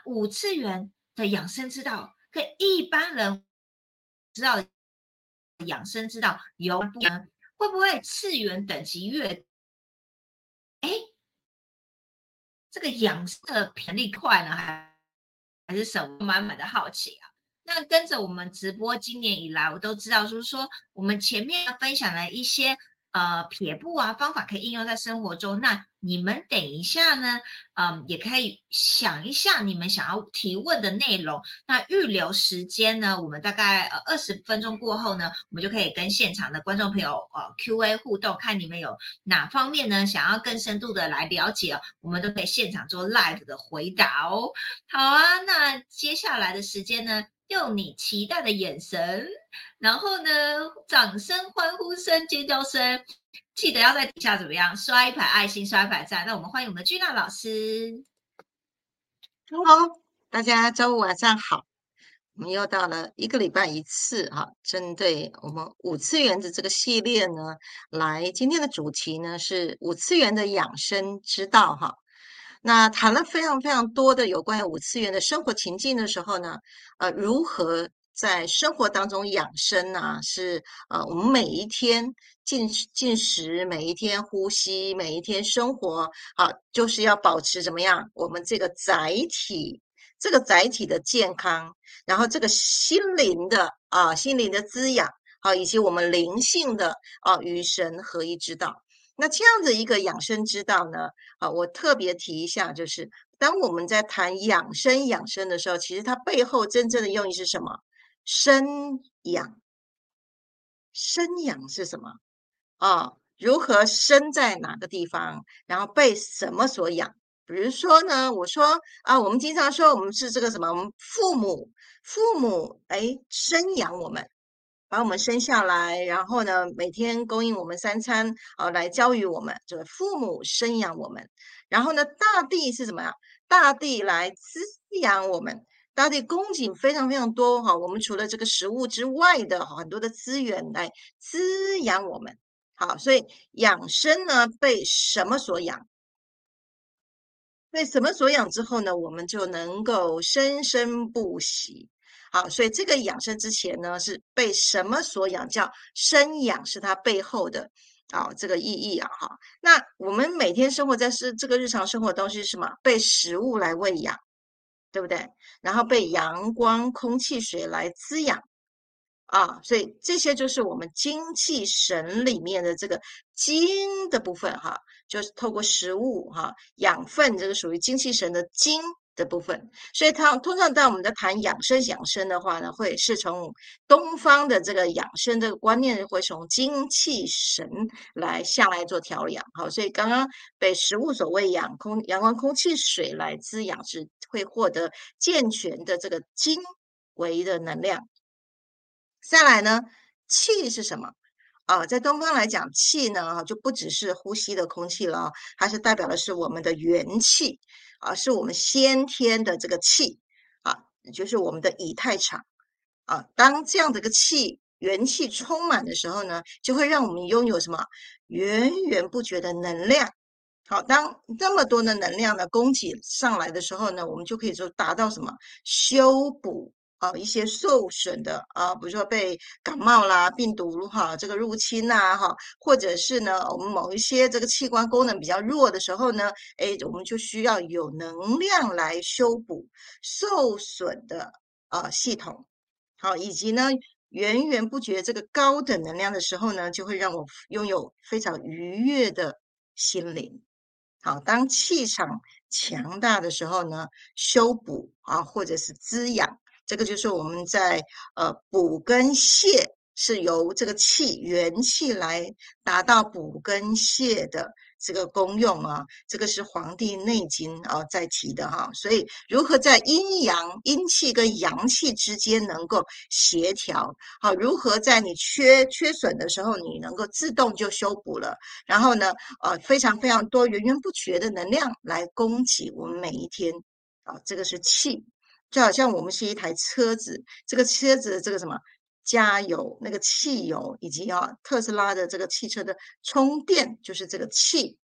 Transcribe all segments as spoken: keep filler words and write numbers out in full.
五次元的养生之道跟一般人知道的养生之道有不一样？会不会次元等级越哎，这个养生的频率快呢，还还是什么？满满的好奇啊。那跟着我们直播今年以来，我都知道，就是说我们前面分享了一些呃撇步啊方法，可以应用在生活中。那你们等一下呢，嗯，也可以想一下你们想要提问的内容。那预留时间呢，我们大概呃二十分钟过后呢，我们就可以跟现场的观众朋友呃 Q A 互动，看你们有哪方面呢想要更深度的来了解哦，我们都可以现场做 live 的回答哦。好啊，那接下来的时间呢，用你期待的眼神，然后呢，掌声、欢呼声、尖叫声，记得要在底下怎么样刷一排爱心，刷一排赞。那我们欢迎我们的君娜老师。 Hello，大家周五晚上好。我们又到了一个礼拜一次哈，针对我们五次元的这个系列呢，来今天的主题呢是五次元的养生之道哈。那谈了非常非常多的有关于五次元的生活情境的时候呢，呃，如何在生活当中养生呢？是呃，我们每一天进进食，每一天呼吸，每一天生活，啊，就是要保持怎么样？我们这个载体，这个载体的健康，然后这个心灵的啊，心灵的滋养，啊，以及我们灵性的啊，与神合一之道。那这样的一个养生之道呢？啊，我特别提一下，就是当我们在谈养生养生的时候，其实它背后真正的用意是什么？生养，生养是什么？啊，如何生在哪个地方，然后被什么所养？比如说呢，我说啊，我们经常说我们是这个什么，我们父母，父母哎生养我们，把我们生下来，然后呢，每天供应我们三餐，啊，来教育我们，这个父母生养我们。然后呢，大地是什么呀？大地来滋养我们。大地供给非常非常多哈，我们除了这个食物之外的很多的资源来滋养我们。好，所以养生呢，被什么所养？被什么所养之后呢，我们就能够生生不息。好，所以这个养生之前呢，是被什么所养？叫生养，是它背后的啊、这个意义啊。哈，那我们每天生活在是这个日常生活东西是什么？被食物来喂养，对不对？然后被阳光、空气、水来滋养。啊，所以这些就是我们精气神里面的这个精的部分哈，就是透过食物哈，养分这个属于精气神的精的部分。所以它通常当我们在谈养生养生的话呢，会是从东方的这个养生这个观念，会从精气神来下来做调养。好，所以刚刚被食物所喂养，空阳光、空气、水来滋养，是会获得健全的这个精微的能量。再来呢，气是什么？啊，在东方来讲，气呢，啊，就不只是呼吸的空气了啊，它是代表的是我们的元气啊，是我们先天的这个气啊，就是我们的以太场啊。当这样的一个气元气充满的时候呢，就会让我们拥有什么源源不绝的能量。好，当这么多的能量呢供给上来的时候呢，我们就可以说达到什么修补啊一些受损的啊，比如说被感冒啦、病毒哈这个入侵呐哈，或者是呢我们某一些这个器官功能比较弱的时候呢，哎，我们就需要有能量来修补受损的啊系统。好，以及呢源源不绝这个高等能量的时候呢，就会让我拥有非常愉悦的心灵。好，当气场强大的时候呢，修补啊，或者是滋养，这个就是我们在呃补跟泻是由这个气元气来达到补跟泻的这个功用啊，这个是《黄帝内经》啊在提的哈。所以如何在阴阳阴气跟阳气之间能够协调，好，如何在你缺缺损的时候，你能够自动就修补了。然后呢，呃，非常非常多源源不绝的能量来供给我们每一天啊，这个是气，就好像我们是一台车子，这个车子的这个什么加油，那个汽油，以及啊特斯拉的这个汽车的充电，就是这个气。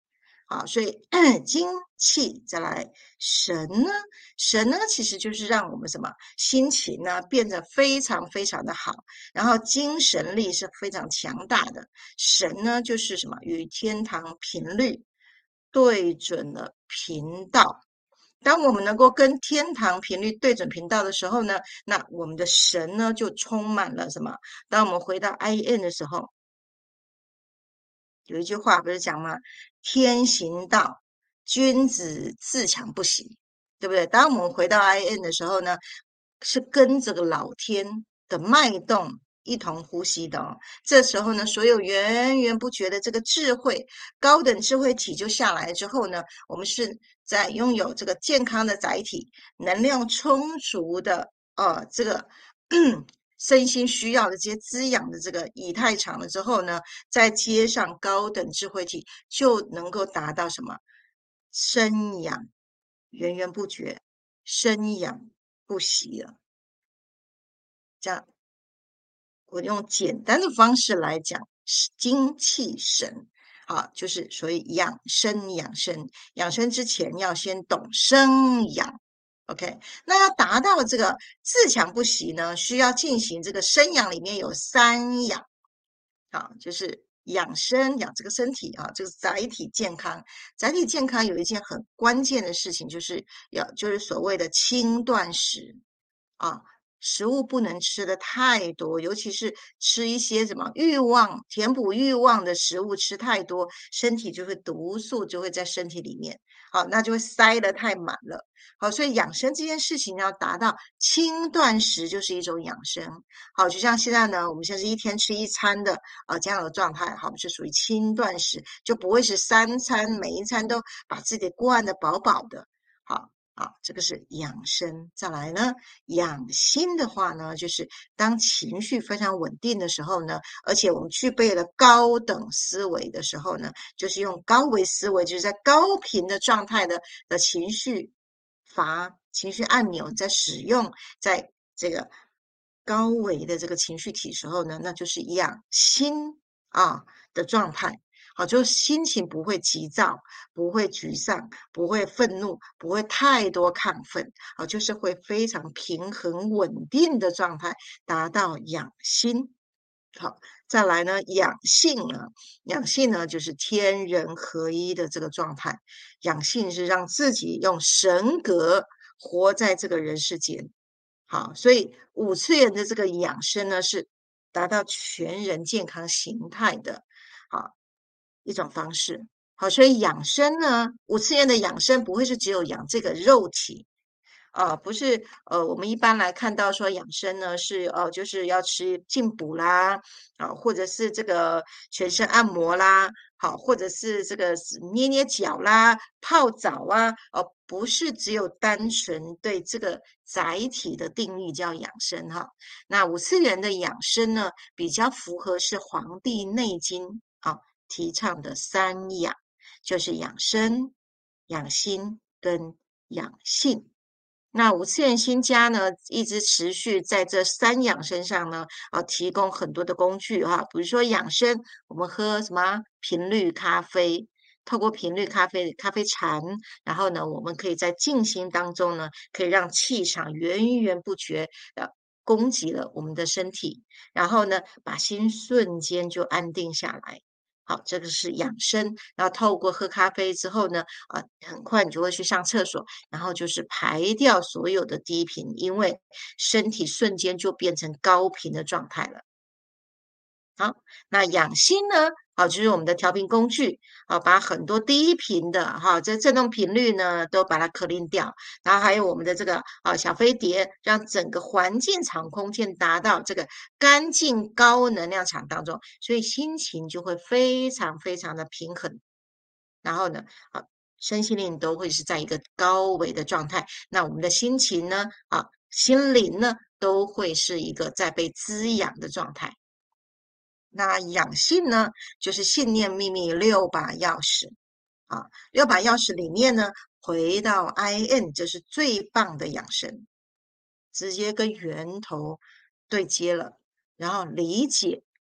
好，所以精气再来神呢，神呢其实就是让我们什么心情呢变得非常非常的好，然后精神力是非常强大的。神呢就是什么与天堂频率对准了频道。当我们能够跟天堂频率对准频道的时候呢，那我们的神呢就充满了什么？当我们回到 I N 的时候，有一句话不是讲吗？天行道，君子自强不息，对不对？当我们回到 I N 的时候呢，是跟这个老天的脉动一同呼吸的哦。这时候呢，所有源源不绝的这个智慧，高等智慧体就下来之后呢，我们是在拥有这个健康的载体，能量充足的呃这个身心需要的这些滋养的这个以太场了之后呢，再接上高等智慧体，就能够达到什么？生养源源不绝，生养不息了。这样，我用简单的方式来讲，精气神啊，就是所谓养生养生。养生之前要先懂生养。OK，那要达到这个自强不息呢，需要进行这个生养，里面有三养。啊，就是养生，养这个身体啊，这个载体健康。载体健康有一件很关键的事情，就是要就是所谓的轻断食啊，食物不能吃的太多，尤其是吃一些什么欲望填补欲望的食物吃太多，身体就会毒素就会在身体里面，好，那就会塞得太满了。好，所以养生这件事情要达到轻断食，就是一种养生。好，就像现在呢，我们现在是一天吃一餐的啊、呃、这样的状态，好，是属于轻断食，就不会是三餐每一餐都把自己灌得饱饱的。好，好，这个是养生。再来呢，养心的话呢，就是当情绪非常稳定的时候呢，而且我们具备了高等思维的时候呢，就是用高维思维，就是在高频的状态的的情绪阀、情绪按钮在使用，在这个高维的这个情绪体时候呢，那就是养心啊的状态。好，就是心情不会急躁，不会沮丧，不会愤怒，不会太多亢奋，啊，就是会非常平衡稳定的状态，达到养心。好，再来呢，养性呢，养性呢就是天人合一的这个状态。养性是让自己用神格活在这个人世间。好，所以五次元的这个养生呢，是达到全人健康形态的。好，一种方式。好，所以养生呢，五次元的养生不会是只有养这个肉体。啊，不是，呃，我们一般来看到说养生呢，是哦，就是要吃进补啦，啊，或者是这个全身按摩啦，好，或者是这个捏捏脚啦、泡澡啊，哦，不是只有单纯对这个载体的定义叫养生哈。那五次元的养生呢，比较符合是《黄帝内经》啊提倡的三养，就是养生、养心跟养性。那五次元新家呢，一直持续在这三养身上呢，啊，提供很多的工具哈，比如说养生，我们喝什么频率咖啡，透过频率咖啡咖啡禅，然后呢，我们可以在静心当中呢，可以让气场源源不绝的供给了我们的身体，然后呢，把心瞬间就安定下来。好，这个是养生，然后透过喝咖啡之后呢，啊，很快你就会去上厕所，然后就是排掉所有的低频，因为身体瞬间就变成高频的状态了。好，那养心呢？好，就是我们的调频工具，好，把很多低频的哈，这振动频率呢，都把它 clean 掉。然后还有我们的这个啊小飞碟，让整个环境场空间达到这个干净高能量场当中，所以心情就会非常非常的平衡。然后呢，啊，身心灵都会是在一个高维的状态。那我们的心情呢，啊，心灵呢，都会是一个在被滋养的状态。那养性呢，就是信念秘密六把钥匙啊，六把钥匙里面呢，回到 I N， 这是最棒的养生，直接跟源头对接了，然后理解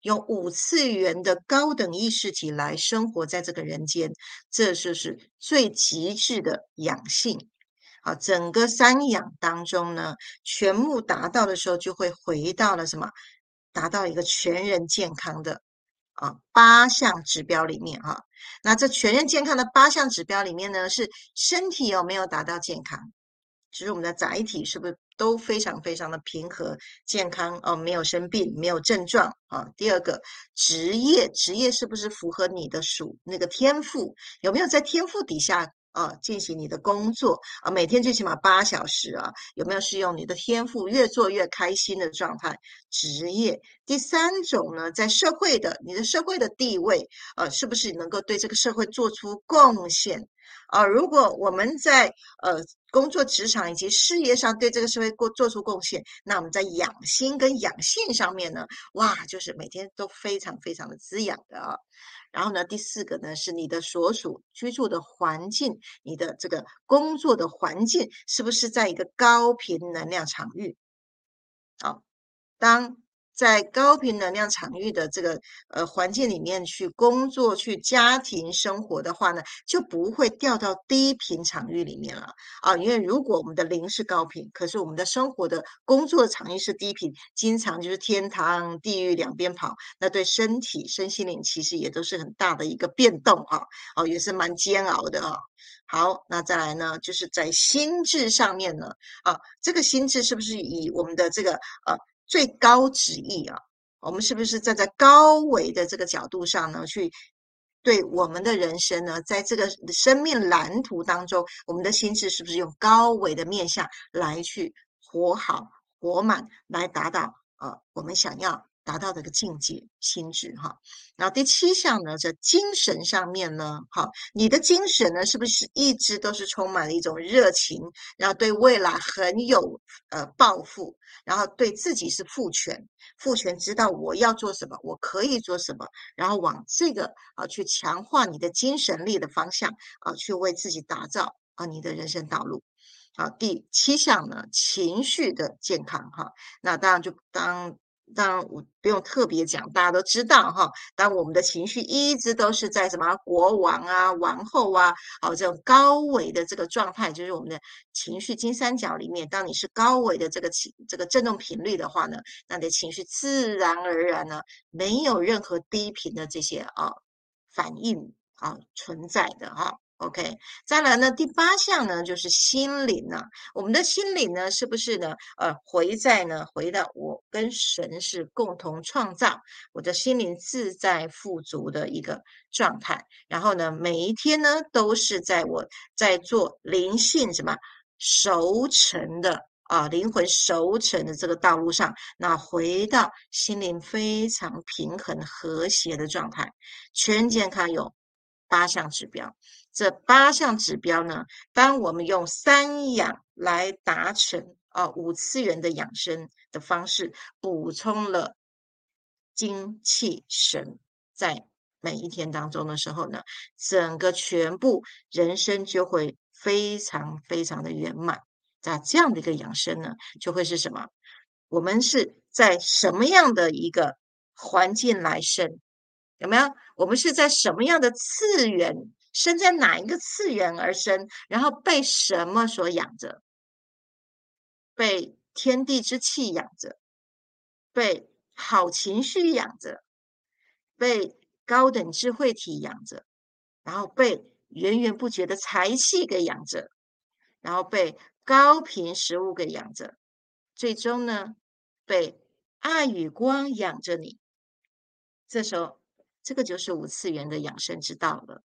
用五次元的高等意识体来生活在这个人间，这就是最极致的养性。啊，整个三养当中呢，全部达到的时候，就会回到了什么？达到一个全人健康的啊八项指标里面哈。那这全人健康的八项指标里面呢，是身体有没有达到健康？就是我们的载体是不是都非常非常的平和健康哦，没有生病，没有症状啊。第二个，职业职业是不是符合你的属那个天赋？有没有在天赋底下啊进行你的工作啊？每天最起码八小时啊，有没有是用你的天赋越做越开心的状态？职业。第三种呢，在社会的你的社会的地位，呃，是不是能够对这个社会做出贡献？啊，如果我们在呃工作职场以及事业上对这个社会做做出贡献，那我们在养心跟养性上面呢，哇，就是每天都非常非常的滋养的啊。然后呢，第四个呢是你的所属居住的环境，你的这个工作的环境是不是在一个高频能量场域？好，当在高频能量场域的这个呃环境里面去工作、去家庭生活的话呢，就不会掉到低频场域里面了啊。因为如果我们的灵是高频，可是我们的生活的工作场域是低频，经常就是天堂、地狱两边跑，那对身体、身心灵其实也都是很大的一个变动啊，哦，也是蛮煎熬的啊。好，那再来呢，就是在心智上面呢，啊，这个心智是不是以我们的这个呃最高旨意啊？我们是不是站在高维的这个角度上呢，去对我们的人生呢，在这个生命蓝图当中，我们的心智是不是用高维的面向来去活好、活满，来达到呃我们想要达到的一个境界心智哈？然后第七项呢，在精神上面呢，好，你的精神呢，是不是一直都是充满了一种热情，然后对未来很有呃抱负，然后对自己是赋权，赋权知道我要做什么，我可以做什么，然后往这个啊去强化你的精神力的方向啊，去为自己打造啊你的人生道路。好，第七项呢，情绪的健康哈，那当然就当。当然，我不用特别讲，大家都知道哈。当我们的情绪一直都是在什么国王啊、王后啊，好这种高维的这个状态，就是我们的情绪金三角里面。当你是高维的这个情这个振动频率的话呢，那你的情绪自然而然呢，没有任何低频的这些啊反应啊存在的哈。OK，再来呢，第八项呢就是心灵呢、啊。我们的心灵呢，是不是呢？呃，回在呢，回到我跟神是共同创造，我的心灵自在富足的一个状态。然后呢，每一天呢，都是在我在做灵性什么熟成的啊，灵魂熟成的这个道路上，那回到心灵非常平衡和谐的状态。全健康有八项指标。这八项指标呢，当我们用三养来达成啊五次元的养生的方式，补充了精气神，在每一天当中的时候呢，整个全部人生就会非常非常的圆满。那这样的一个养生呢，就会是什么？我们是在什么样的一个环境来生？有没有？我们是在什么样的次元，生在哪一个次元而生，然后被什么所养着？被天地之气养着，被好情绪养着，被高等智慧体养着，然后被源源不绝的财气给养着，然后被高频食物给养着，最终呢，被爱与光养着你。这时候，这个就是五次元的养生之道了。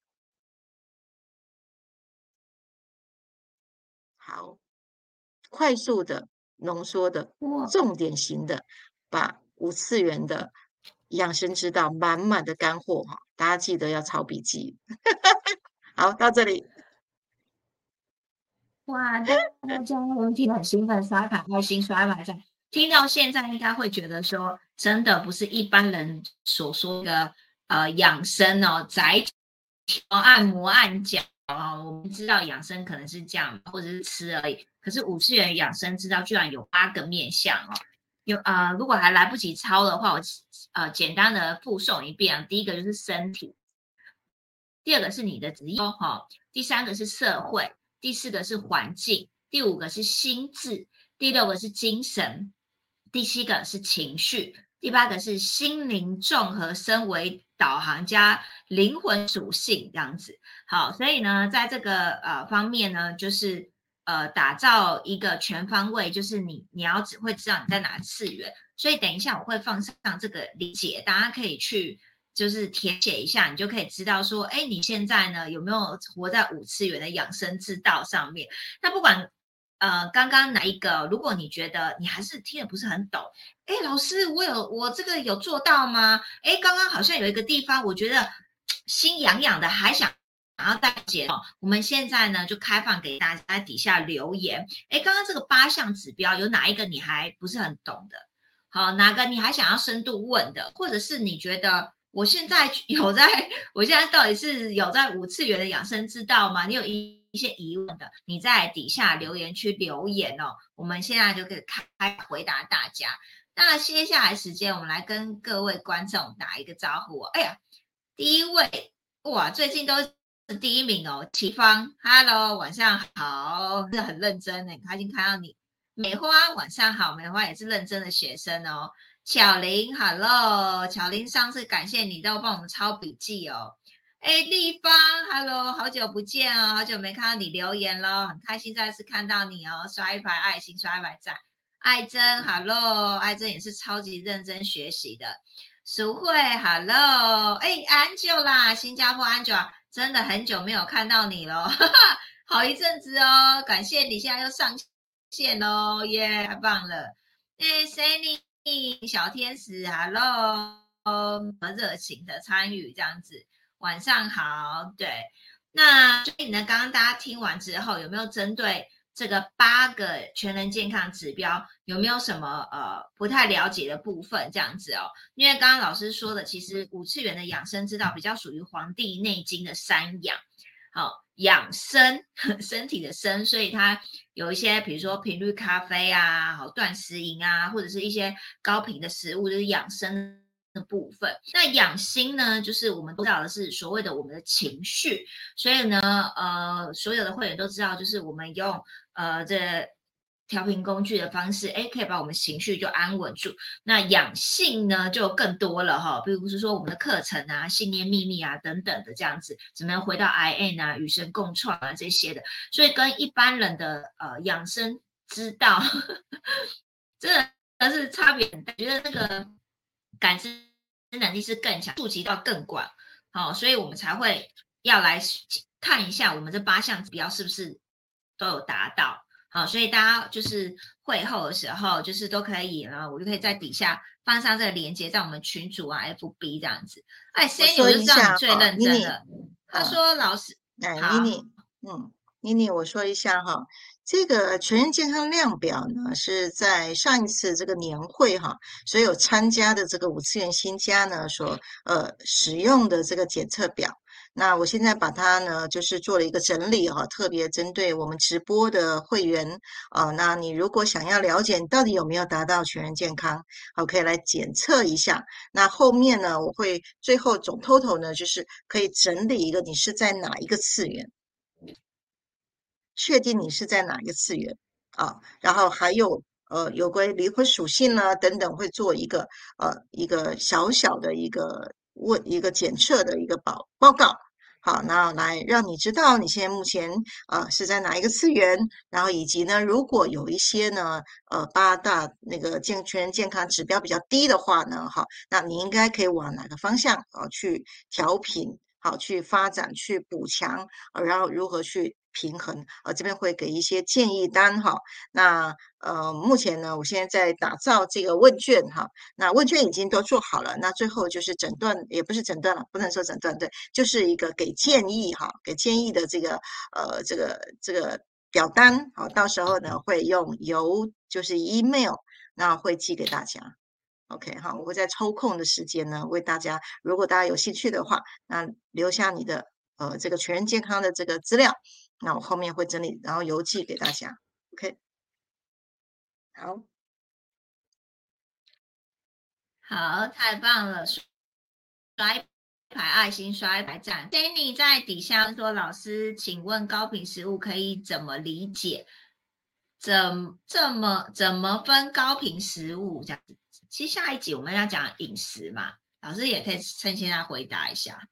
好，快速的、浓缩的、 哇重点型的，把五次元的养生之道满满的干货哈，大家记得要抄笔记。好，到这里。 哇，大家都听很兴奋，刷卡开心，刷卡赞。听到现在应该会觉得说，真的不是一般人所说的呃养生哦，宅按摩按脚啊。我们知道养生可能是这样，或者是吃而已。可是五次元养生之道居然有八个面向哦。 有呃，如果还来不及抄的话，我呃简单的复诵一遍。第一个就是身体，第二个是你的职业哈，第三个是社会，第四个是环境，第五个是心智，第六个是精神，第七个是情绪，第八个是心灵综合身为导航加灵魂属性这样子。好，所以呢，在这个呃方面呢，就是呃打造一个全方位，就是你你要只会知道你在哪个次元。所以等一下我会放上这个理解，大家可以去就是填写一下，你就可以知道说，哎，你现在呢有没有活在五次元的养生之道上面？那不管呃刚刚哪一个，如果你觉得你还是听得不是很懂，哎，老师，我有我这个有做到吗？哎，刚刚好像有一个地方，我觉得心痒痒的，还想。想要大解哦，我们现在呢就开放给大家在底下留言。哎，刚刚这个八项指标有哪一个你还不是很懂的？好，哪个你还想要深度问的，或者是你觉得我现在有在，我现在到底是有在五次元的养生之道吗？你有一一些疑问的，你在底下留言区留言哦，我们现在就可以开回答大家。那接下来时间，我们来跟各位观众打一个招呼哦。哎呀，第一位，哇，最近都是第一名哦，齐芳 ，Hello，晚上好，是很认真，很开心看到你。美花，晚上好，美花也是认真的学生哦。巧玲，Hello，巧玲，上次感谢你都帮我们抄笔记哦。哎，立方，Hello，好久不见哦，好久没看到你留言咯，很开心再次看到你哦，刷一排爱心，刷一排赞。爱珍，Hello，爱珍也是超级认真学习的。淑慧 ，Hello，哎，Angela，新加坡 Angela，真的很久没有看到你了，好一阵子哦，感谢你现在又上线哦，耶，太棒了。哎 ，Sunny 小天使 ，Hello，很热情的参与这样子，晚上好，对。那所以呢，刚刚大家听完之后，有没有针对这个八个全人健康指标，有没有什么呃不太了解的部分？这样子哦，因为刚刚老师说的，其实五次元的养生之道比较属于《黄帝内经》的三养，好、哦、养生身体的生，所以它有一些比如说频率咖啡啊，好断食营啊，或者是一些高频的食物，就是养生的部分。那养心呢，就是我们都知道的是所谓的我们的情绪，所以呢，呃，所有的会员都知道，就是我们用呃这调频工具的方式，哎，可以把我们情绪就安稳住。那养性呢，就更多了哈，比如说我们的课程啊、信念秘密啊等等的这样子，怎么样回到 I N 啊、与神共创啊这些的，所以跟一般人的呃养生之道，真的是差别很大。觉得那个感知能力是更强，触及到更广，好、哦，所以我们才会要来看一下我们这八项指标是不是都有达到。好，所以大家就是会后的时候，就是都可以，然后我就可以在底下放上这个链接，在我们群组啊、F B 这样子。哎，Sandy，我我说就知道你一下哈， 最认妮妮， 真了。他嗯， 说：“老师， 哎，妮好， 妮，嗯，妮妮，我说一下哈，这个全人健康量表呢，是在上一次这个年会哈，所有参加的这个五次元新家呢所呃使用的这个检测表。那我现在把它呢，就是做了一个整理哈，特别针对我们直播的会员啊，那你如果想要了解你到底有没有达到全人健康，好，可以来检测一下。那后面呢，我会最后总 total 呢，就是可以整理一个你是在哪一个次元。确定你是在哪一个次元啊，然后还有呃有关离婚属性呢等等，会做一个呃一个小小的一个问一个检测的一个报报告。好，那来让你知道你现在目前呃是在哪一个次元，然后以及呢，如果有一些呢呃八大那个健全健康指标比较低的话呢，好，那你应该可以往哪个方向啊去调频，好去发展去补强，呃然后如何去平衡，呃，这边会给一些建议单哈。那呃，目前呢，我现在在打造这个问卷哈，那问卷已经都做好了，那最后就是诊断，也不是诊断了，不能说诊断，对，就是一个给建议哈，给建议的这个呃这个这个表单，好，到时候呢会用邮就是 email，那会寄给大家。OK 哈，我会在抽空的时间呢，为大家，如果大家有兴趣的话，那留下你的呃这个全人健康的这个资料，那我后面会整理，然后邮寄给大家。OK，好。 好，太棒了！刷一排爱心，刷一排赞。Danny 在底下说：“老师，请问高频食物可以怎么理解？怎怎么怎么分高频食物？这样子。其实下一集我们要讲饮食嘛，老师也可以趁现在回答一下。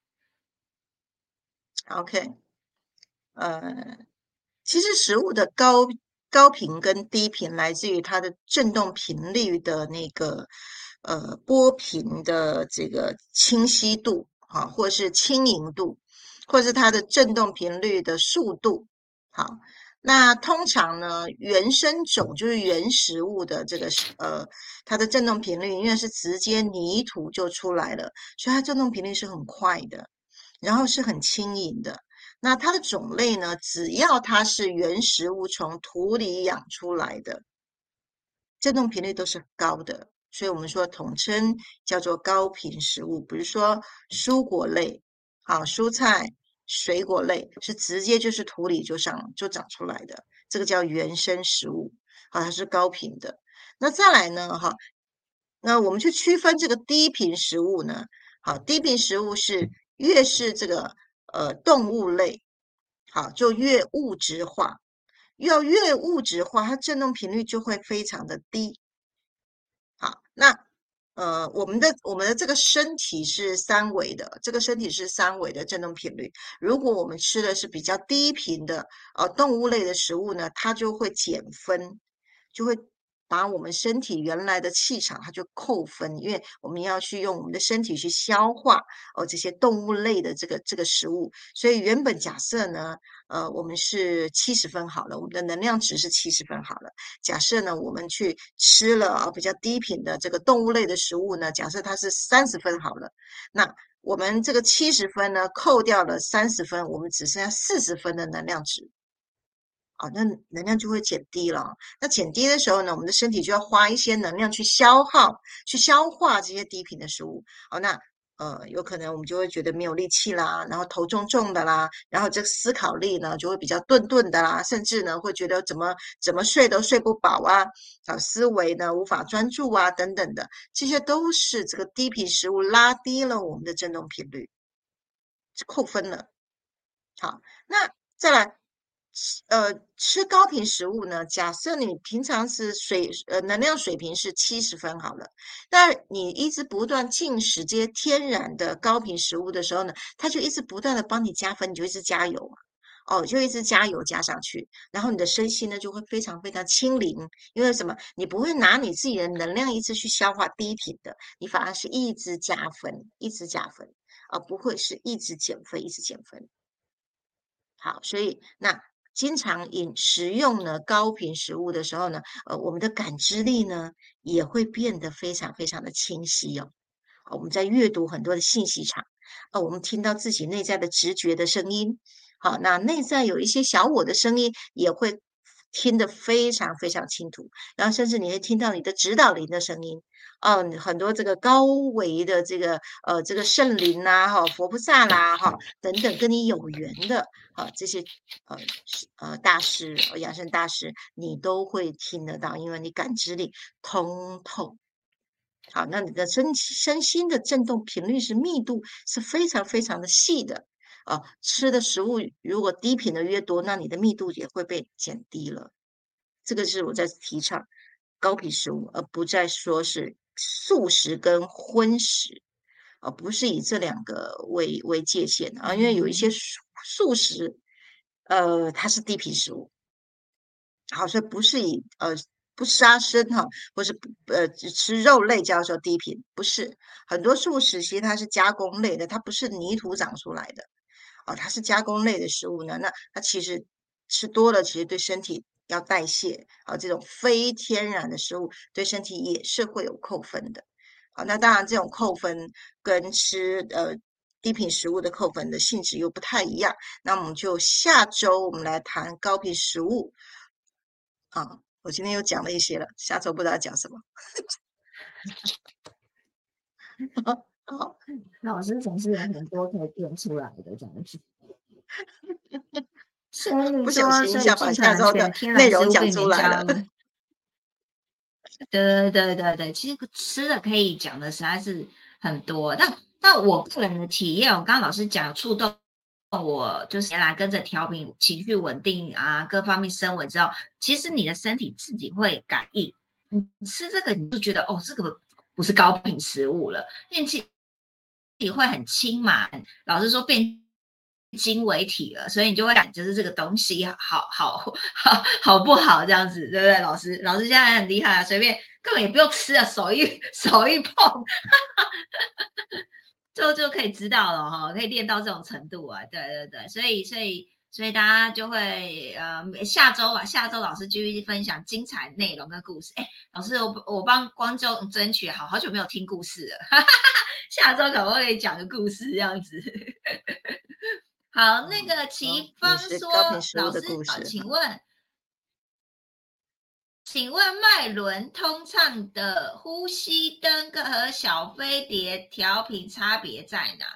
OK，呃，其实食物的高高频跟低频来自于它的振动频率的那个呃波频的这个清晰度啊，或是轻盈度，或是它的振动频率的速度。好，那通常呢，原生种就是原食物的这个呃它的振动频率，因为是直接泥土就出来了，所以它振动频率是很快的，然后是很轻盈的。那它的种类呢，只要它是原食物从土里养出来的，振动频率都是高的，所以我们说统称叫做高频食物。比如说蔬果类，好，蔬菜、水果类是直接就是土里就长就长出来的，这个叫原生食物，好，它是高频的。那再来呢，哈，那我们去区分这个低频食物呢，好，低频食物是越是这个呃动物类，好，就越物质化。要越物质化，它振动频率就会非常的低。好，那呃，我们的我们的这个身体是三维的，这个身体是三维的振动频率。如果我们吃的是比较低频的呃动物类的食物呢，它就会减分，就会把我们身体原来的气场它就扣分，因为我们要去用我们的身体去消化哦这些动物类的这个这个食物，所以原本假设呢，呃，我们是七十分好了，我们的能量值是七十分好了。假设呢，我们去吃了啊比较低频的这个动物类的食物呢，假设它是三十分好了，那我们这个七十分呢，扣掉了三十分，我们只剩下四十分的能量值。啊，那能量就会减低了。那减低的时候呢，我们的身体就要花一些能量去消耗、去消化这些低频的食物。哦，那呃，有可能我们就会觉得没有力气啦，然后头重重的啦，然后这个思考力呢就会比较顿顿的啦，甚至呢会觉得怎么怎么睡都睡不饱啊，啊，思维呢无法专注啊，等等的，这些都是这个低频食物拉低了我们的振动频率，扣分了。好，那再来，呃，吃高频食物呢？假设你平常是水呃能量水平是七十分好了，那你一直不断进食这些天然的高频食物的时候呢，它就一直不断的帮你加分，你就一直加油嘛。哦，就一直加油加上去，然后你的身心呢就会非常非常清零，因为什么？你不会拿你自己的能量一直去消化低频的，你反而是一直加分，一直加分，而不会是一直减分，一直减分。好，所以那经常饮食用呢高频食物的时候呢，呃，我们的感知力呢也会变得非常非常的清晰哦。我们在阅读很多的信息场，呃，我们听到自己内在的直觉的声音，好，那内在有一些小我的声音也会听得非常非常清楚，然后甚至你会听到你的指导灵的声音，哦，很多这个高维的这个呃这个圣灵呐、哈、佛菩萨啦，哈等等跟你有缘的啊这些呃是呃大师、呃养生大师，你都会听得到，因为你感知力通透。好，那你的身身心的振动频率是密度是非常非常的细的啊。吃的食物如果低频的越多，那你的密度也会被减低了。这个是我在提倡高频食物，而不再说是素食跟荤食，而不是以这两个为为界限的啊。因为有一些素素食，呃，它是低频食物，好，所以不是以呃不杀生哈，或是不呃只吃肉类叫做低频，不是。很多素食其实它是加工类的，它不是泥土长出来的。哦，它是加工类的食物呢，那它其实吃多了，其实对身体要代谢啊，这种非天然的食物对身体也是会有扣分的。啊，那当然这种扣分跟吃呃低频食物的扣分的性质又不太一样。那我们就下周我们来谈高频食物啊。我今天又讲了一些了，下周不知道讲什么。好， 老师总是有很多可以变出来的这样子。所以不小说， 心一下把所以进下周的场选天内容讲然食物避出来了。 免加入。 对对对对，其实吃的可以讲的实在是很多，但但我个人的体验，我刚刚老师讲触动我，就是原来跟着调频，情绪稳定啊，各方面升稳之后，其实你的身体自己会感应，你吃这个你就觉得哦，这个不是高频食物了，因为其体会很轻嘛，老实说变晶为体了，所以你就会感就是这个东西好好好好不好这样子，对不对？老师老师现在很厉害啊，随便根本也不用吃啊，手一手一碰，就就可以知道了哈，可以练到这种程度啊，对对对，所以所以所以大家就会呃下周吧，下周老师继续分享精彩内容跟故事。哎，老师我我帮观众争取好好久没有听故事了，哈哈哈哈，下周可不可以讲个故事这样子？好，那嗯， 个好， 奇也是芳说， 高频食物的老师啊， 故事哈。 请问，请问脉轮通畅的呼吸灯跟和小飞碟调频差别在哪？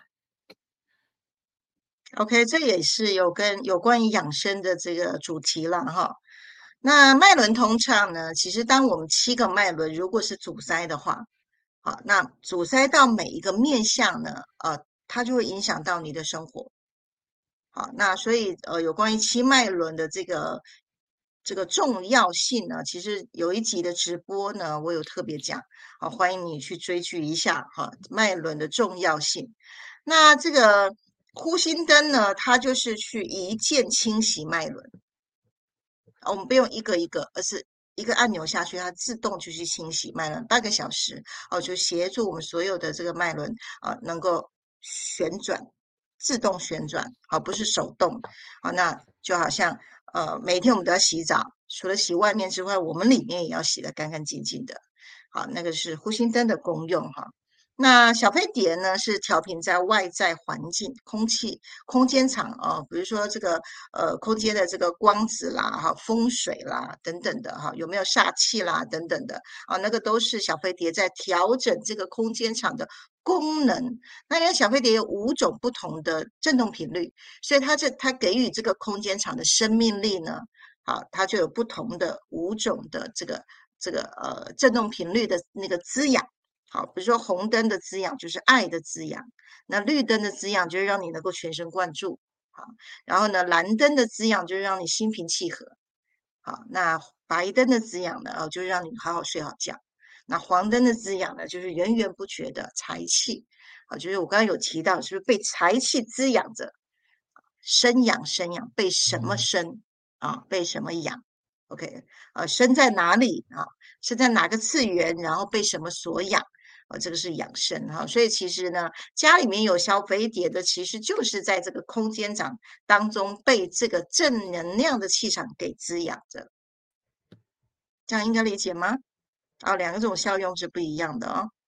OK，这也是有跟有关于养生的这个主题了哈。那脉轮通畅呢，其实当我们七个脉轮如果是阻塞的话，好，那阻塞到每一个面向呢，呃，它就会影响到你的生活。好，那所以呃，有关于七脉轮的这个这个重要性呢，其实有一集的直播呢，我有特别讲，好，欢迎你去追剧一下哈，脉轮的重要性。那这个呼吸灯呢，它就是去一键清洗脉轮，我们不用一个一个，而是一个按钮下去，它自动就去清洗脉轮，半个小时哦，就协助我们所有的这个脉轮啊，能够旋转，自动旋转，而不是手动。好，那就好像呃，每天我们都要洗澡，除了洗外面之外，我们里面也要洗得干干净净的。好，那个是呼吸灯的功用哈。那小飞碟呢，是调频在外在环境、空气、空间场啊、哦，比如说这个呃空间的这个光子啦、哈风水啦等等的哈，有没有煞气啦等等的啊，那个都是小飞碟在调整这个空间场的功能。那因为小飞碟有五种不同的振动频率，所以它这它给予这个空间场的生命力呢，好，它就有不同的五种的这个这个呃振动频率的那个滋养。好，比如说红灯的滋养就是爱的滋养，那绿灯的滋养就是让你能够全神贯注，好，然后呢，蓝灯的滋养就是让你心平气和，好，那白灯的滋养呢，哦，就是让你好好睡好觉，那黄灯的滋养呢，就是源源不绝的财气，啊，就是我刚刚有提到，是不是被财气滋养着，生养生养，被什么生啊？被什么养？OK，呃，生在哪里啊？生在哪个次元？然后被什么所养？呃，这个是养生哈，所以其实呢，家里面有小飞碟的，其实就是在这个空间场当中被这个正能量的气场给滋养着，这样应该理解吗？啊，两个这种效用是不一样的哦。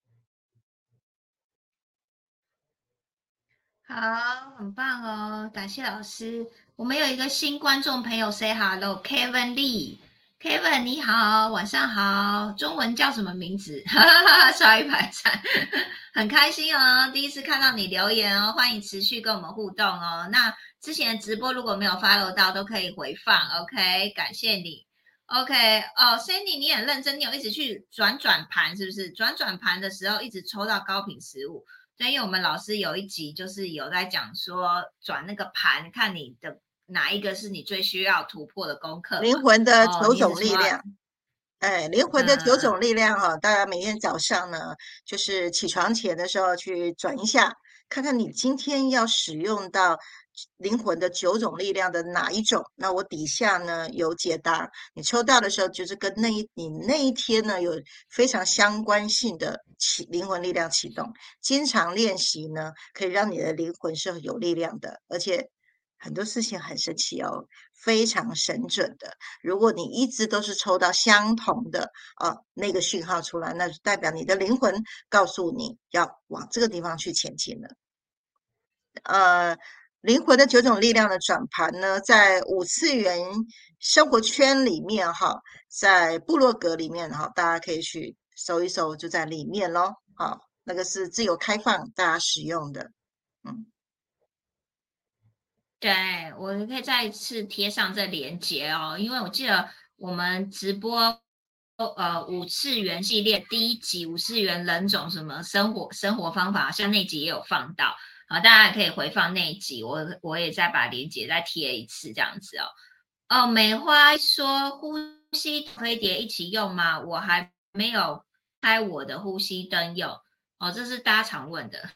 好，很棒哦，感谢老师。我们有一个新观众朋友 say hello，Kevin Lee，Kevin 你好，晚上好，中文叫什么名字？哈哈哈，刷一排赞，很开心哦，第一次看到你留言哦，欢迎持续跟我们互动哦。那之前的直播如果没有 follow 到，都可以回放，OK，感谢你。OK，哦，Sandy 你很认真，你有一直去转转盘，是不是？转转盘的时候一直抽到高频食物。对，因为我们老师有一集就是有在讲说转那个盘，看你的哪一个是你最需要突破的功课嘛。 灵魂的哦， 九你一直说， 种力量。哎，灵魂嗯的九种嗯力量哈，大家每天早上呢，就是起床前的时候去转一下，看看你今天要使用到灵魂的九种力量的哪一种。那我底下呢有解答，你抽到的时候就是跟那一你那一天呢有非常相关性的启灵魂力量启动。经常练习呢，可以让你的灵魂是有力量的，而且很多事情很神奇哦，非常神准的。如果你一直都是抽到相同的啊那个讯号出来，那就代表你的灵魂告诉你要往这个地方去前进了。呃，灵魂的九种力量的转盘呢，在五次元生活圈里面哈，在部落格里面哈，大家可以去搜一搜，就在里面咯。好，那个是自由开放大家使用的。嗯。 对，我可以再一次贴上这链接哦，因为我记得我们直播呃五次元系列第一集五次元人种什么生活生活方法，像那集也有放到，好，大家也可以回放那一集，我我也再把链接再贴一次这样子哦。哦，美花说呼吸飞碟一起用吗？我还没有开我的呼吸灯用哦，这是大家常问的。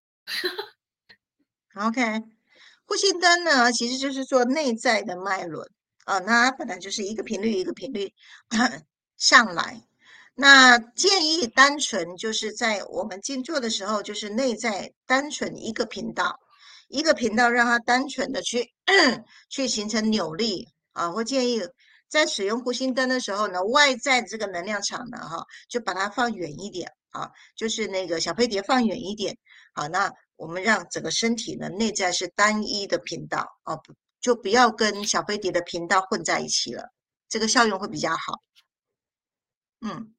OK，呼吸灯呢，其实就是做内在的脉轮啊，那它本来就是一个频率一个频率上来。那建议单纯就是在我们静坐的时候，就是内在单纯一个频道，一个频道让它单纯的去去形成扭力啊。或建议在使用呼吸灯的时候呢，外在这个能量场呢，哈，就把它放远一点啊，就是那个小飞碟放远一点。好，那我们让整个身体呢，内在是单一的频道啊，不就不要跟小飞碟的频道混在一起了，这个效用会比较好。嗯。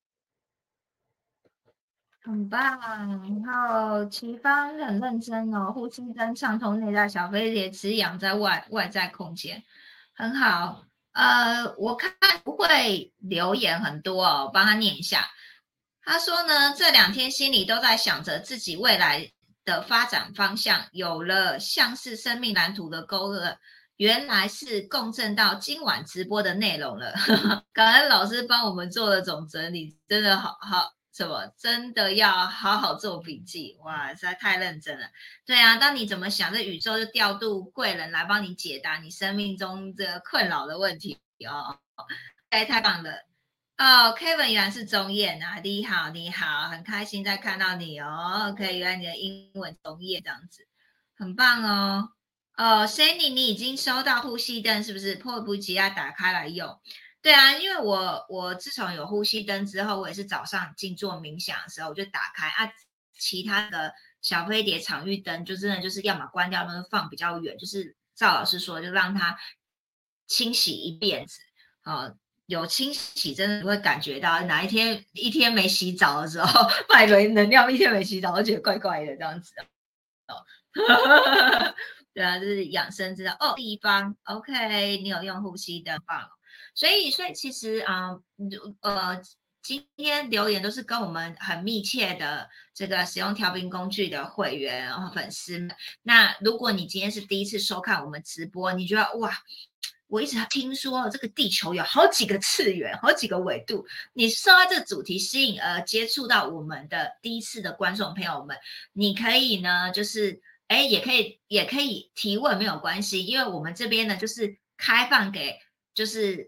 很棒，然后齐芳很认真哦，呼吸灯畅通内在，小飞碟只养在外外在空间，很好。呃，我看不会留言很多哦，我帮他念一下。他说呢，这两天心里都在想着自己未来的发展方向，有了像是生命蓝图的勾勒，原来是共振到今晚直播的内容了。感恩老师帮我们做了总整理，真的好好。什么真的要好好做笔记，哇，实在太认真了。对啊，当你怎么想，这宇宙就调度贵人来帮你解答你生命中这个困扰的问题哦。哎，太棒了哦 ，Kevin 原来是钟燕啊，你好，你好，很开心再看到你哦。OK，原来你的英文钟燕这样子，很棒哦。哦 ，Sandy，你已经收到呼吸灯是不是？迫不及待打开来用。对啊，因为我我自从有呼吸灯之后，我也是早上静坐冥想的时候我就打开啊，其他的小飞碟场域灯就真的就是要么关掉，要么放比较远，就是赵老师说就让它清洗一遍子，哦，有清洗真的会感觉到哪一天一天没洗澡的时候，脉轮能量一天没洗澡，我觉得怪怪的这样子哦。对啊，就是养生之道哦。地方 OK，你有用呼吸灯棒。所以，所以其实啊、呃，呃，今天留言都是跟我们很密切的这个使用调频工具的会员然后粉丝们。那如果你今天是第一次收看我们直播，你觉得哇，我一直听说这个地球有好几个次元，好几个纬度，你受到这个主题吸引而接触到我们的第一次的观众朋友们，你可以呢，就是哎，也可以也可以提问没有关系，因为我们这边呢就是开放给就是。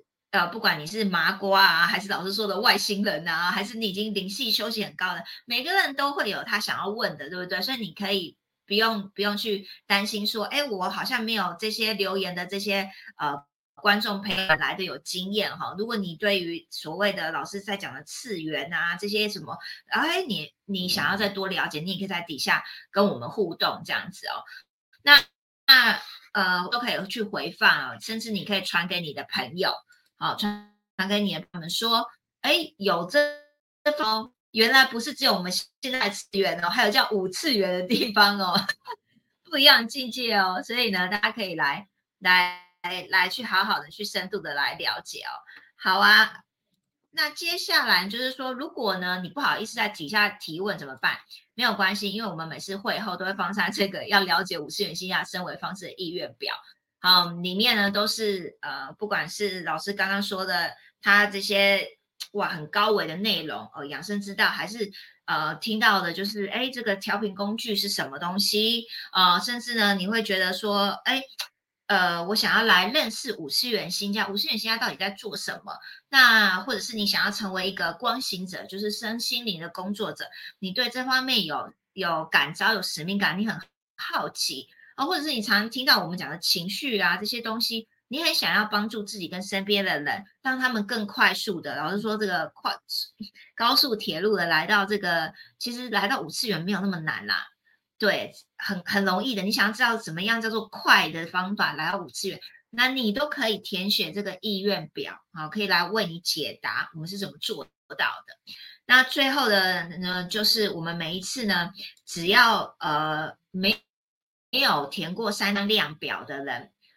呃，不管你是麻瓜啊，还是老师说的外星人啊，还是你已经灵性修行很高的，每个人都会有他想要问的，对不对？所以你可以不用不用去担心说，哎，我好像没有这些留言的这些呃观众朋友来的有经验哈。如果你对于所谓的老师在讲的次元啊这些什么，哎，你你想要再多了解，你也可以在底下跟我们互动这样子哦。那那呃都可以去回放、哦，甚至你可以传给你的朋友。好，传传给你的朋友们说，哎，有这这方，原来不是只有我们现在次元哦，还有叫五次元的地方哦，不一样境界哦。所以呢，大家可以来来来去好好的去深度的来了解哦。好啊，那接下来就是说，如果呢你不好意思在底下提问怎么办？没有关系，因为我们每次会后都会放上这个要了解五次元星下升维方式的意愿表。好，里面呢都是呃，不管是老师刚刚说的，他这些哇很高维的内容，呃，养生之道，还是呃听到的，就是哎，这个调频工具是什么东西？呃，甚至呢，你会觉得说，哎，呃，我想要来认识五次元星家，五次元星家到底在做什么？那或者是你想要成为一个光行者，就是身心灵的工作者，你对这方面有有感召、有使命感，你很好奇。啊，或者是你常听到我们讲的情绪啊这些东西，你很想要帮助自己跟身边的人，让他们更快速的，老实说这个快高速铁路的来到这个，其实来到五次元没有那么难啦，对，很很容易的。你想要知道怎么样叫做快的方法来到五次元，那你都可以填写这个意愿表，好，可以来为你解答我们是怎么做到的。那最后的呢，就是我们每一次呢，只要呃没没有填过三张量表的人，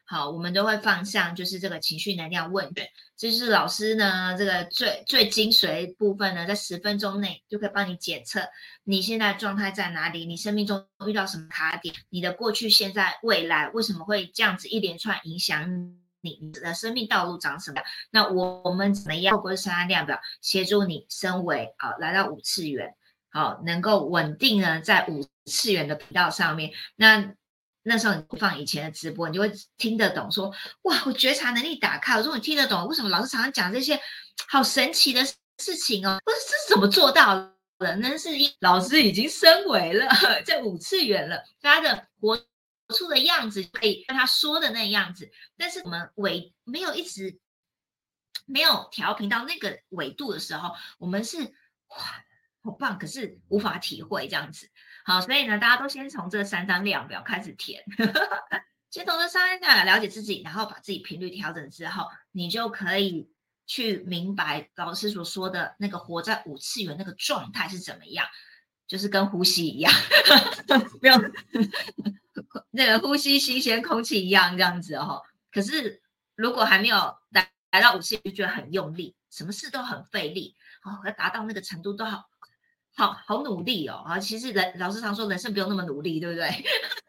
好，我们都会放上就是这个情绪能量问卷，这就是老师呢这个最最精髓部分呢，在十分钟内就可以帮你检测你现在状态在哪里，你生命中遇到什么卡点，你的过去、现在、未来为什么会这样子一连串影响你，你的生命道路长什么样？那我我们怎么样透过生涯量表协助你升维啊，来到五次元，好，能够稳定呢在五次元的频道上面。那那时候你放以前的直播，你就会听得懂说，哇，我觉察能力打开，我说你听得懂为什么老师常常讲这些好神奇的事情哦，不是这是怎么做到的？那是老师已经升维了，在五次元了，他的活出的样子可以跟他说的那样子，但是我们维没有一直没有调频到那个纬度的时候，我们是哇好棒，可是无法体会这样子。好，所以呢，大家都先从这三张量表开始填，先从这三张量表了解自己，然后把自己频率调整之后，你就可以去明白老师所说的那个活在五次元那个状态是怎么样，就是跟呼吸一样，没有那个呼吸新鲜空气一样这样子哦。可是如果还没有来来到五次元，就觉得很用力，什么事都很费力，哦，要达到那个程度都好。好好努力哦，啊，其实人老师常说人生不用那么努力，对不对？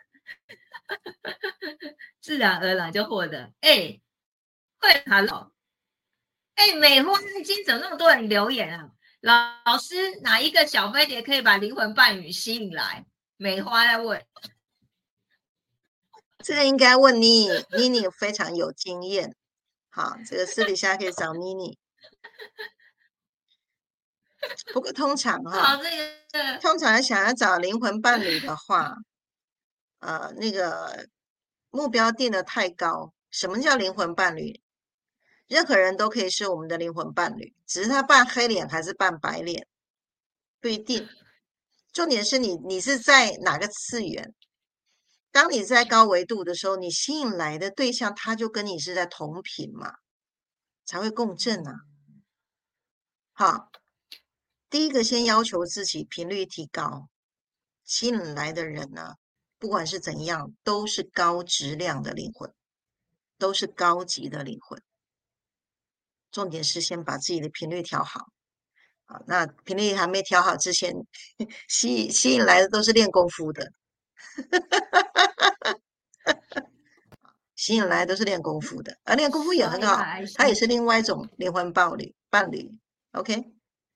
自然而然就获得。哎，会 Hello，哎，美花已经怎么那么多人留言啊？老老师哪一个小飞碟可以把灵魂伴侣吸引来？美花在问， 这个应该问妮妮，妮妮非常有经验。好，这个私底下可以找妮妮。不过通常哈、 好，这个通常想要找灵魂伴侣的话，呃，那个目标定得太高。什么叫灵魂伴侣？任何人都可以是我们的灵魂伴侣，只是他扮黑脸还是扮白脸，不一定。重点是你，你是在哪个次元？当你在高维度的时候，你吸引来的对象，他就跟你是在同频嘛，才会共振啊。好，第一个先要求自己频率提高，吸引来的人呢，不管是怎样，都是高质量的灵魂，都是高级的灵魂。重点是先把自己的频率调好。好，那频率还没调好之前，吸吸引来的都是练功夫的，吸引来的都是练功夫的，而练功夫也刷一排很好， 爱心， 它也是另外一种灵魂伴侣伴侣。OK，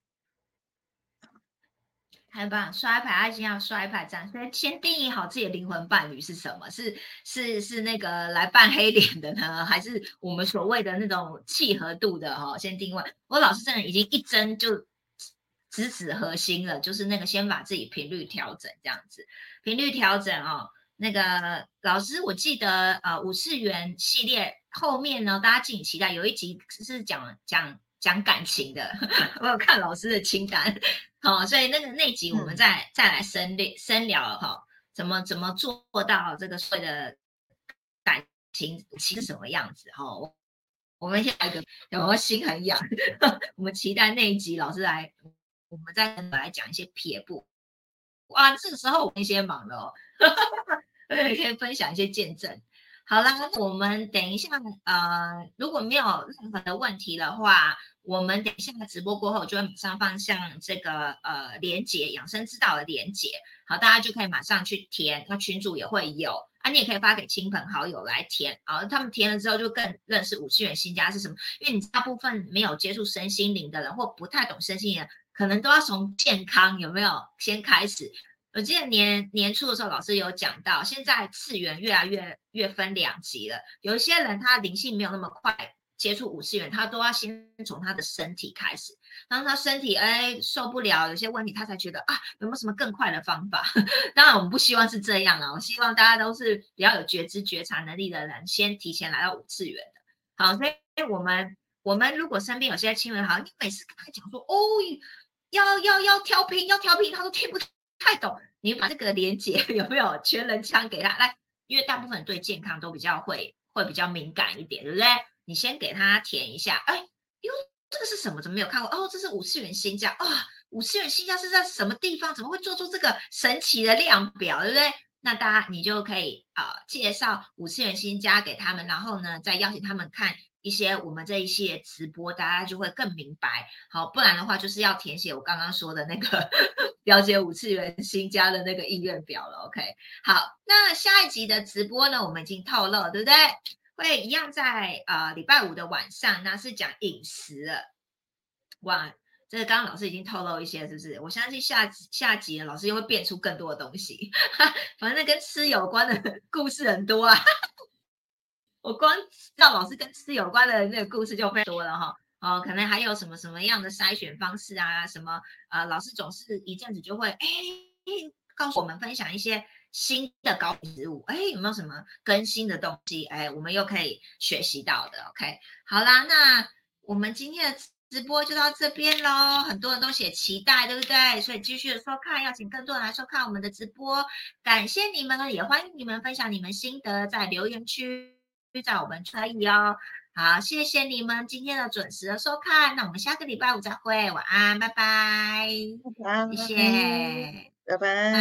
太棒！刷一排爱心要刷一排赞，所以先定义好自己的灵魂伴侣是什么？是是是那个来扮黑脸的呢，还是我们所谓的那种契合度的哈、哦？先定位。我老师真的已经一针就直指核心了，就是那个先把自己频率调整这样子，频率调整哦。那个老师，我记得呃五次元系列后面呢，大家敬请期待，有一集是讲讲讲感情的，我有看老师的清单。好、哦，所以那个那集我们嗯， 再再来深聊深聊哈、哦，怎么怎么做到这个所谓的感情是什么样子哈、哦？我们下一个有没有心很痒？我们期待那一集老师来，我们再来讲一些撇步。哇，这个时候我们先忙了哦，可以分享一些见证。好啦，我们等一下，呃，如果没有任何的问题的话，我们等一下直播过后就会马上放上这个呃连结，养生之道的连结，好，大家就可以马上去填，那群主也会有啊，你也可以发给亲朋好友来填，啊，他们填了之后就更认识五次元新家是什么，因为你大部分没有接触身心灵的人或不太懂身心灵的人，可能都要从健康有没有先开始。我记得年年初的时候，老师有讲到，现在次元越来越越分两极了。有一些人他灵性没有那么快接触五次元，他都要先从他的身体开始。当他身体哎受不了，有些问题，他才觉得啊有没有什么更快的方法？当然我们不希望是这样啊，我希望大家都是比较有觉知觉察能力的人，先提前来到五次元的。好，所以我们我们如果身边有些亲人，好，你每次跟他讲说哦要要要调频要调频，他都听不太懂，你把这个连接有没有全人枪给他来？因为大部分对健康都比较会会比较敏感一点，对不对？你先给他填一下，哎，哟，这个是什么？怎么没有看过？哦，这是五次元新家啊、哦，五次元新家是在什么地方？怎么会做出这个神奇的量表，对不对？ 那大家你就可以呃介绍五次元新家给他们，然后呢再邀请他们看一些我们这一系列直播，大家就会更明白。好，不然的话就是要填写我刚刚说的那个了解五次元新家的那个意愿表了。OK，好，那下一集的直播呢，我们已经透露了，对不对？会一样在呃礼拜五的晚上，那是讲饮食了。哇，这个刚刚老师已经透露一些，是不是？我相信下下集老师又会变出更多的东西，反正跟吃有关的故事很多啊。我光知道老师跟吃有关的那个故事就非常多了哈。哦，可能还有什么什么样的筛选方式啊？什么呃，老师总是一阵子就会哎告诉我们分享一些新的高品质物，哎，有没有什么更新的东西？哎，我们又可以学习到的。OK，好啦，那我们今天的直播就到这边咯，很多人都写期待，对不对？所以继续的收看，邀请更多人来收看我们的直播，感谢你们，也欢迎你们分享你们心得在留言区，在我们可以哦。好，谢谢你们今天的准时的收看，那我们下个礼拜五再会，晚安，拜拜， 拜谢拜， 谢。 拜拜。